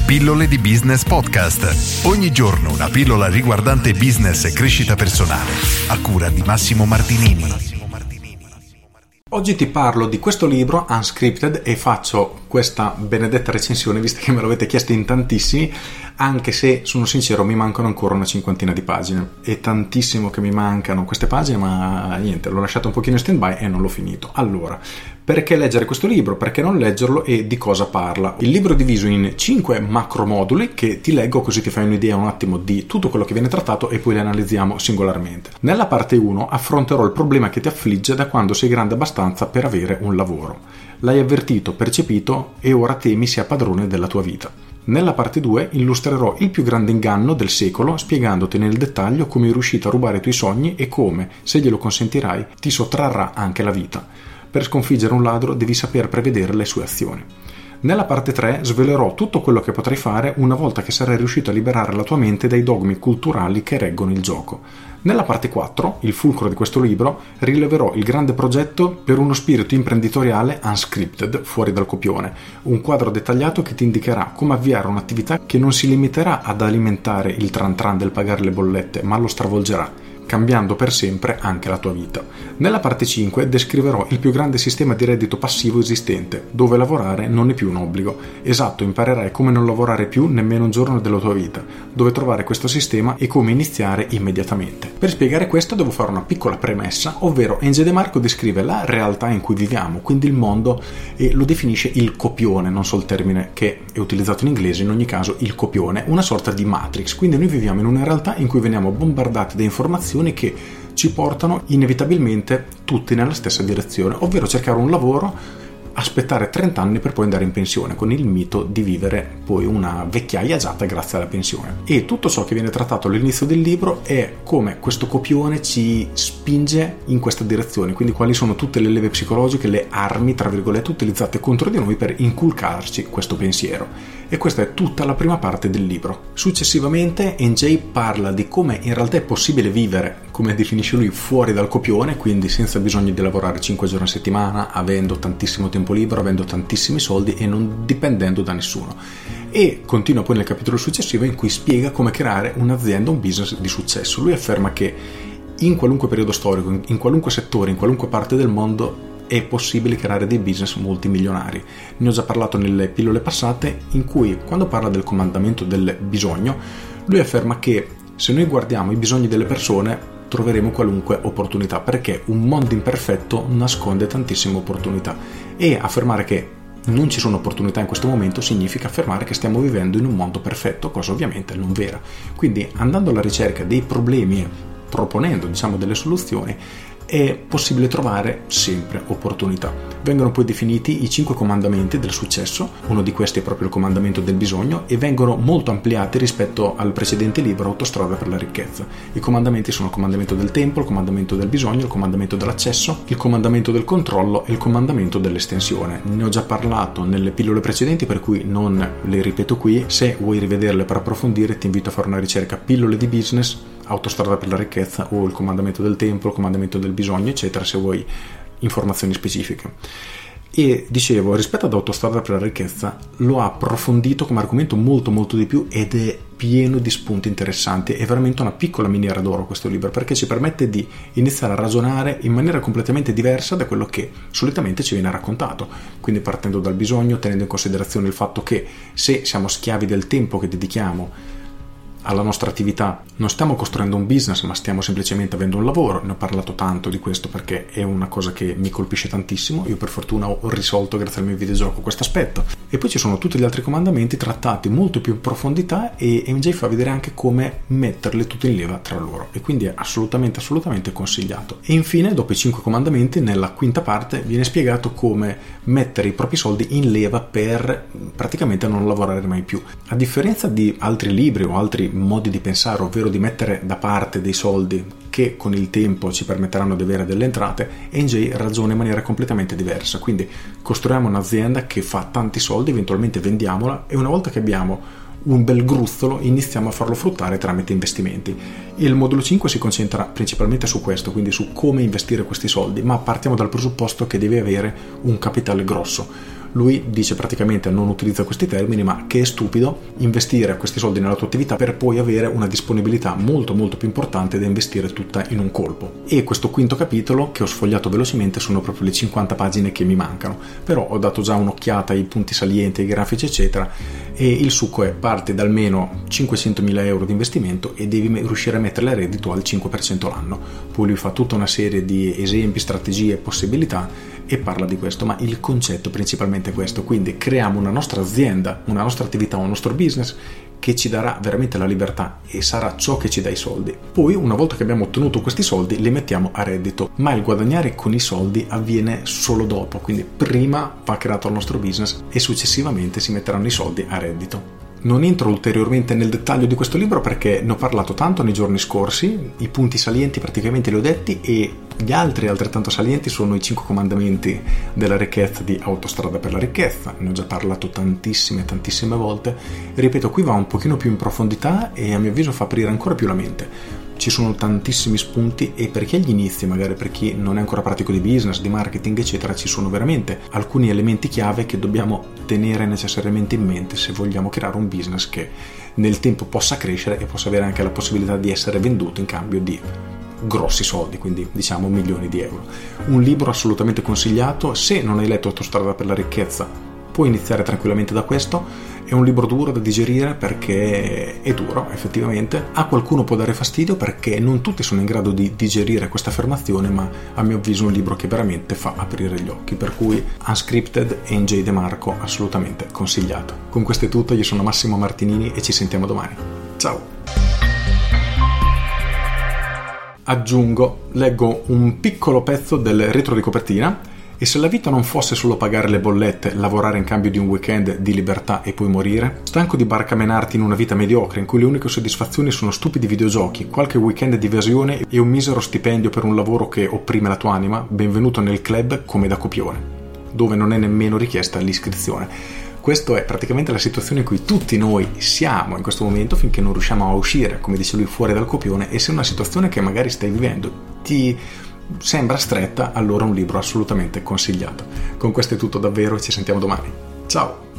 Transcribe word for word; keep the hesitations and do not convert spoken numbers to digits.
Pillole di Business Podcast. Ogni giorno una pillola riguardante business e crescita personale. A cura di Massimo Martinini. Oggi ti parlo di questo libro, Unscripted, e faccio questa benedetta recensione, visto che me l'avete chiesto in tantissimi, anche se, sono sincero, mi mancano ancora una cinquantina di pagine. È tantissimo che mi mancano queste pagine, ma niente, l'ho lasciato un pochino in stand-by e non l'ho finito. Allora, perché leggere questo libro? Perché non leggerlo e di cosa parla? Il libro è diviso in cinque macro moduli che ti leggo così ti fai un'idea un attimo di tutto quello che viene trattato e poi li analizziamo singolarmente. Nella parte uno affronterò il problema che ti affligge da quando sei grande abbastanza per avere un lavoro. L'hai avvertito, percepito e ora temi sia padrone della tua vita. Nella parte due illustrerò il più grande inganno del secolo spiegandoti nel dettaglio come è riuscito a rubare i tuoi sogni e come, se glielo consentirai, ti sottrarrà anche la vita. Per sconfiggere un ladro devi saper prevedere le sue azioni. Nella parte tre svelerò tutto quello che potrai fare una volta che sarai riuscito a liberare la tua mente dai dogmi culturali che reggono il gioco. Nella parte quattro, il fulcro di questo libro, rileverò il grande progetto per uno spirito imprenditoriale unscripted, fuori dal copione, un quadro dettagliato che ti indicherà come avviare un'attività che non si limiterà ad alimentare il tran tran del pagare le bollette, ma lo stravolgerà, cambiando per sempre anche la tua vita. Nella parte cinque descriverò il più grande sistema di reddito passivo esistente, dove lavorare non è più un obbligo. Esatto, imparerai come non lavorare più nemmeno un giorno della tua vita, dove trovare questo sistema e come iniziare immediatamente. Per spiegare questo devo fare una piccola premessa, ovvero Enge De Marco descrive la realtà in cui viviamo, quindi il mondo, e lo definisce il copione, non so il termine che è utilizzato in inglese, in ogni caso il copione, una sorta di matrix. Quindi noi viviamo in una realtà in cui veniamo bombardati da informazioni che ci portano inevitabilmente tutti nella stessa direzione, ovvero cercare un lavoro, aspettare trenta anni per poi andare in pensione, con il mito di vivere poi una vecchiaia agiata grazie alla pensione. E tutto ciò che viene trattato all'inizio del libro è come questo copione ci spinge in questa direzione, quindi quali sono tutte le leve psicologiche, le armi tra virgolette utilizzate contro di noi per inculcarci questo pensiero. E questa è tutta la prima parte del libro. Successivamente N J parla di come in realtà è possibile vivere, come definisce lui, fuori dal copione, quindi senza bisogno di lavorare cinque giorni a settimana, avendo tantissimo tempo libero, avendo tantissimi soldi e non dipendendo da nessuno. E continua poi nel capitolo successivo in cui spiega come creare un'azienda, un business di successo. Lui afferma che in qualunque periodo storico, in qualunque settore, in qualunque parte del mondo è possibile creare dei business multimilionari. Ne ho già parlato nelle pillole passate, in cui quando parla del comandamento del bisogno, lui afferma che se noi guardiamo i bisogni delle persone troveremo qualunque opportunità, perché un mondo imperfetto nasconde tantissime opportunità, e affermare che non ci sono opportunità in questo momento significa affermare che stiamo vivendo in un mondo perfetto, cosa ovviamente non vera. Quindi andando alla ricerca dei problemi e proponendo, diciamo, delle soluzioni, è possibile trovare sempre opportunità. Vengono poi definiti i cinque comandamenti del successo, uno di questi è proprio il comandamento del bisogno, e vengono molto ampliati rispetto al precedente libro Autostrada per la ricchezza. I comandamenti sono il comandamento del tempo, il comandamento del bisogno, il comandamento dell'accesso, il comandamento del controllo e il comandamento dell'estensione. Ne ho già parlato nelle pillole precedenti, per cui non le ripeto qui. Se vuoi rivederle per approfondire, ti invito a fare una ricerca pillole di business, Autostrada per la ricchezza, o il comandamento del tempo, il comandamento del bisogno, eccetera, se vuoi informazioni specifiche. E dicevo, rispetto ad Autostrada per la ricchezza, lo ha approfondito come argomento molto molto di più ed è pieno di spunti interessanti. È veramente una piccola miniera d'oro questo libro, perché ci permette di iniziare a ragionare in maniera completamente diversa da quello che solitamente ci viene raccontato, quindi partendo dal bisogno, tenendo in considerazione il fatto che se siamo schiavi del tempo che dedichiamo alla nostra attività, non stiamo costruendo un business, ma stiamo semplicemente avendo un lavoro. Ne ho parlato tanto di questo perché è una cosa che mi colpisce tantissimo. Io per fortuna ho risolto grazie al mio videogioco questo aspetto. E poi ci sono tutti gli altri comandamenti trattati molto più in profondità, e M J fa vedere anche come metterli tutti in leva tra loro, e quindi è assolutamente assolutamente consigliato. E infine, dopo i cinque comandamenti, nella quinta parte viene spiegato come mettere i propri soldi in leva per praticamente non lavorare mai più. A differenza di altri libri o altri modi di pensare, ovvero di mettere da parte dei soldi che con il tempo ci permetteranno di avere delle entrate, N J ragiona in maniera completamente diversa. Quindi costruiamo un'azienda che fa tanti soldi, eventualmente vendiamola, e una volta che abbiamo un bel gruzzolo iniziamo a farlo fruttare tramite investimenti. Il modulo cinque si concentra principalmente su questo, quindi su come investire questi soldi, ma partiamo dal presupposto che devi avere un capitale grosso. Lui dice praticamente, non utilizza questi termini, ma che è stupido investire questi soldi nella tua attività per poi avere una disponibilità molto molto più importante da investire tutta in un colpo. E questo quinto capitolo, che ho sfogliato velocemente, sono proprio le cinquanta pagine che mi mancano, però ho dato già un'occhiata ai punti salienti, ai grafici eccetera, e il succo è: parte da almeno cinquecentomila euro di investimento e devi riuscire a metterle a reddito al cinque per cento l'anno. Poi lui fa tutta una serie di esempi, strategie, possibilità e parla di questo, ma il concetto principalmente è questo: quindi creiamo una nostra azienda, una nostra attività, un nostro business che ci darà veramente la libertà e sarà ciò che ci dà i soldi. Poi, una volta che abbiamo ottenuto questi soldi, li mettiamo a reddito, ma il guadagnare con i soldi avviene solo dopo, quindi prima va creato il nostro business e successivamente si metteranno i soldi a reddito. Non entro ulteriormente nel dettaglio di questo libro perché ne ho parlato tanto nei giorni scorsi, i punti salienti praticamente li ho detti, e gli altri altrettanto salienti sono i cinque comandamenti della ricchezza di Autostrada per la ricchezza. Ne ho già parlato tantissime tantissime volte, ripeto, qui va un pochino più in profondità e a mio avviso fa aprire ancora più la mente. Ci sono tantissimi spunti e per chi agli inizi, magari per chi non è ancora pratico di business, di marketing eccetera, ci sono veramente alcuni elementi chiave che dobbiamo tenere necessariamente in mente se vogliamo creare un business che nel tempo possa crescere e possa avere anche la possibilità di essere venduto in cambio di grossi soldi, quindi diciamo milioni di euro. Un libro assolutamente consigliato. Se non hai letto Autostrada per la ricchezza, puoi iniziare tranquillamente da questo. È un libro duro da digerire perché è duro, effettivamente. A qualcuno può dare fastidio perché non tutti sono in grado di digerire questa affermazione, ma a mio avviso è un libro che veramente fa aprire gli occhi, per cui Unscripted e N J De Marco assolutamente consigliato. Con questo è tutto, io sono Massimo Martinini e ci sentiamo domani. Ciao! Aggiungo, leggo un piccolo pezzo del retro di copertina. E se la vita non fosse solo pagare le bollette, lavorare in cambio di un weekend di libertà e poi morire? Stanco di barcamenarti in una vita mediocre in cui le uniche soddisfazioni sono stupidi videogiochi, qualche weekend di evasione e un misero stipendio per un lavoro che opprime la tua anima? Benvenuto nel club come da copione, dove non è nemmeno richiesta l'iscrizione. Questa è praticamente la situazione in cui tutti noi siamo in questo momento finché non riusciamo a uscire, come dice lui, fuori dal copione. E se è una situazione che magari stai vivendo ti sembra stretta, allora un libro assolutamente consigliato. Con questo è tutto davvero e ci sentiamo domani. Ciao!